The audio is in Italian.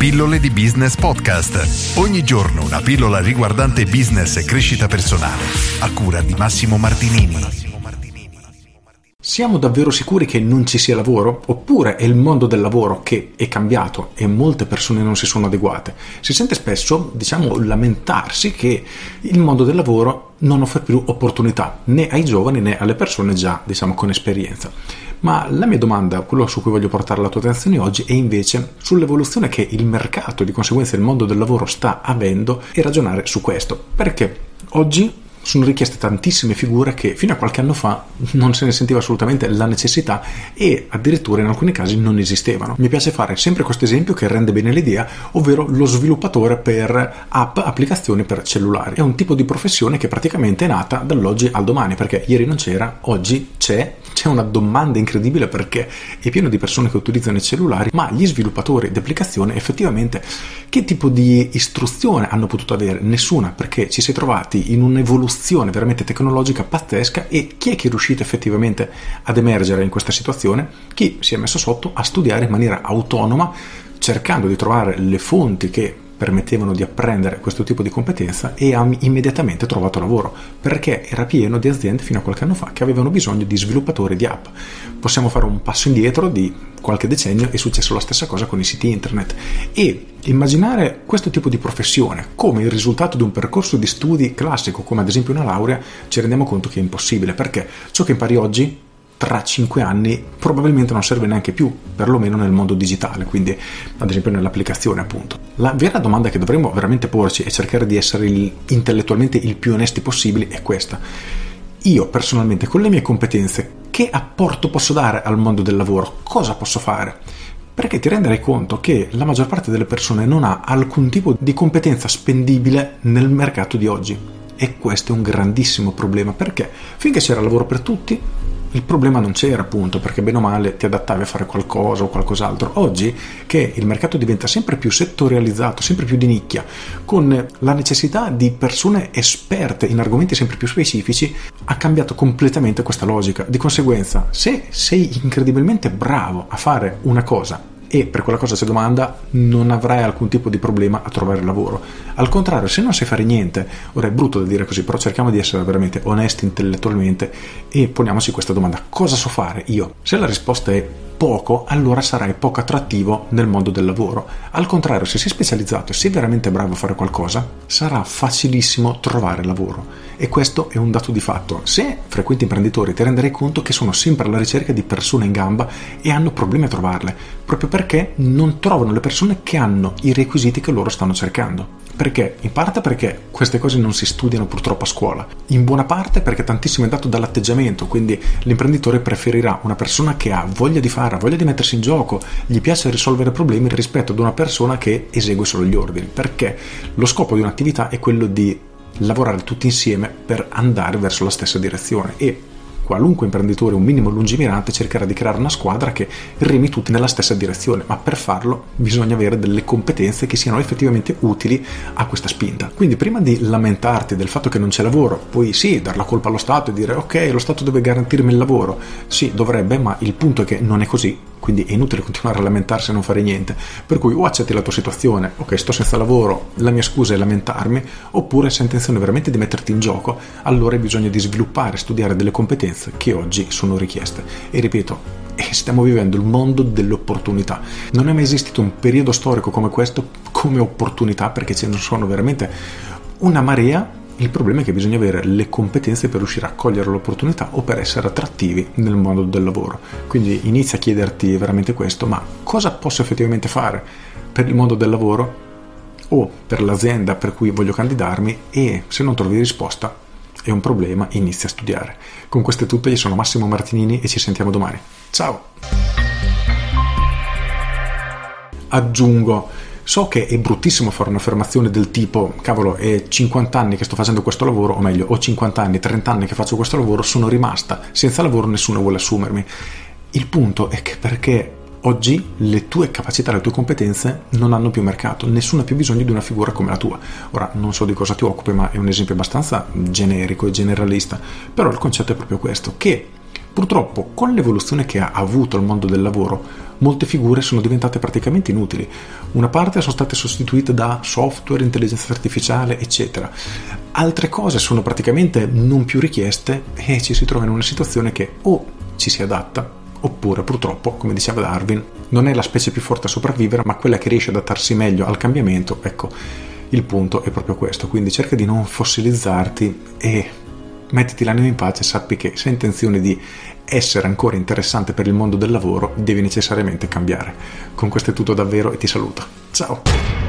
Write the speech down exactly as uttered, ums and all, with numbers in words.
Pillole di Business Podcast. Ogni giorno una pillola riguardante business e crescita personale. A cura di Massimo Martinini. Siamo davvero sicuri che non ci sia lavoro? Oppure è il mondo del lavoro che è cambiato e molte persone non si sono adeguate? Si sente spesso, diciamo, lamentarsi che il mondo del lavoro non offre più opportunità né ai giovani né alle persone già, diciamo, con esperienza. Ma la mia domanda, quello su cui voglio portare la tua attenzione oggi, è invece sull'evoluzione che il mercato e di conseguenza il mondo del lavoro sta avendo e ragionare su questo. Perché oggi sono richieste tantissime figure che fino a qualche anno fa non se ne sentiva assolutamente la necessità e addirittura in alcuni casi non esistevano. Mi piace fare sempre questo esempio che rende bene l'idea, ovvero lo sviluppatore per app, applicazioni per cellulari. È un tipo di professione che praticamente è nata dall'oggi al domani, perché ieri non c'era, oggi c'è, c'è una domanda incredibile perché è pieno di persone che utilizzano i cellulari, ma gli sviluppatori di applicazione effettivamente che tipo di istruzione hanno potuto avere? Nessuna, perché ci si è trovati in un'evoluzione veramente tecnologica pazzesca e chi è che è riuscito effettivamente ad emergere in questa situazione? Chi si è messo sotto a studiare in maniera autonoma, cercando di trovare le fonti che permettevano di apprendere questo tipo di competenza e ha immediatamente trovato lavoro, perché era pieno di aziende fino a qualche anno fa che avevano bisogno di sviluppatori di app. Possiamo fare un passo indietro di qualche decennio, è successo la stessa cosa con i siti internet e immaginare questo tipo di professione come il risultato di un percorso di studi classico, come ad esempio una laurea, ci rendiamo conto che è impossibile, perché ciò che impari oggi tra cinque anni probabilmente non serve neanche più, perlomeno nel mondo digitale, quindi ad esempio nell'applicazione appunto. La vera domanda che dovremmo veramente porci e cercare di essere il, intellettualmente il più onesti possibili è questa: io personalmente con le mie competenze che apporto posso dare al mondo del lavoro? Cosa posso fare? Perché ti renderai conto che la maggior parte delle persone non ha alcun tipo di competenza spendibile nel mercato di oggi e questo è un grandissimo problema, perché finché c'era lavoro per tutti il problema non c'era, appunto, perché bene o male ti adattavi a fare qualcosa o qualcos'altro. Oggi che il mercato diventa sempre più settorializzato, sempre più di nicchia, con la necessità di persone esperte in argomenti sempre più specifici, ha cambiato completamente questa logica. Di conseguenza, se sei incredibilmente bravo a fare una cosa e per quella cosa c'è domanda, non avrai alcun tipo di problema a trovare lavoro. Al contrario, se non sai fare niente, ora è brutto da dire così, però cerchiamo di essere veramente onesti intellettualmente e poniamoci questa domanda: cosa so fare io? Se la risposta è poco, allora sarai poco attrattivo nel mondo del lavoro. Al contrario, se sei specializzato e sei veramente bravo a fare qualcosa, sarà facilissimo trovare lavoro. E questo è un dato di fatto. Se frequenti imprenditori ti renderai conto che sono sempre alla ricerca di persone in gamba e hanno problemi a trovarle, proprio perché non trovano le persone che hanno i requisiti che loro stanno cercando. Perché? In parte perché queste cose non si studiano purtroppo a scuola, in buona parte perché tantissimo è dato dall'atteggiamento, quindi l'imprenditore preferirà una persona che ha voglia di fare, ha voglia di mettersi in gioco, gli piace risolvere problemi rispetto ad una persona che esegue solo gli ordini, perché lo scopo di un'attività è quello di lavorare tutti insieme per andare verso la stessa direzione e qualunque imprenditore un minimo lungimirante cercherà di creare una squadra che remi tutti nella stessa direzione, ma per farlo bisogna avere delle competenze che siano effettivamente utili a questa spinta. Quindi prima di lamentarti del fatto che non c'è lavoro, puoi sì dar la colpa allo Stato e dire ok, lo Stato deve garantirmi il lavoro, sì dovrebbe, ma il punto è che non è così, quindi è inutile continuare a lamentarsi e non fare niente, per cui o accetti la tua situazione, ok sto senza lavoro, la mia scusa è lamentarmi, oppure se hai intenzione veramente di metterti in gioco, allora hai bisogno di sviluppare, studiare delle competenze che oggi sono richieste. E ripeto, stiamo vivendo il mondo delle opportunità, non è mai esistito un periodo storico come questo come opportunità, perché ce ne sono veramente una marea. Il problema è che bisogna avere le competenze per riuscire a cogliere l'opportunità o per essere attrattivi nel mondo del lavoro. Quindi inizia a chiederti veramente questo: ma cosa posso effettivamente fare per il mondo del lavoro o per l'azienda per cui voglio candidarmi? E se non trovi risposta è un problema, inizia a studiare. Con questo è tutto, io sono Massimo Martinini e ci sentiamo domani. Ciao! Aggiungo, so che è bruttissimo fare un'affermazione del tipo cavolo, è cinquanta anni che sto facendo questo lavoro, o meglio, ho cinquanta anni, trenta anni che faccio questo lavoro, sono rimasta senza lavoro, nessuno vuole assumermi. Il punto è che perché oggi le tue capacità, le tue competenze non hanno più mercato, nessuno ha più bisogno di una figura come la tua. Ora, non so di cosa ti occupi, ma è un esempio abbastanza generico e generalista, però il concetto è proprio questo, che Purtroppo, con l'evoluzione che ha avuto il mondo del lavoro, molte figure sono diventate praticamente inutili. Una parte sono state sostituite da software, intelligenza artificiale, eccetera. Altre cose sono praticamente non più richieste e ci si trova in una situazione che o ci si adatta, oppure purtroppo, come diceva Darwin, non è la specie più forte a sopravvivere, ma quella che riesce ad adattarsi meglio al cambiamento. Ecco, il punto è proprio questo. Quindi cerca di non fossilizzarti e mettiti l'anima in pace e sappi che se hai intenzione di essere ancora interessante per il mondo del lavoro devi necessariamente cambiare. Con questo è tutto davvero e ti saluto. Ciao!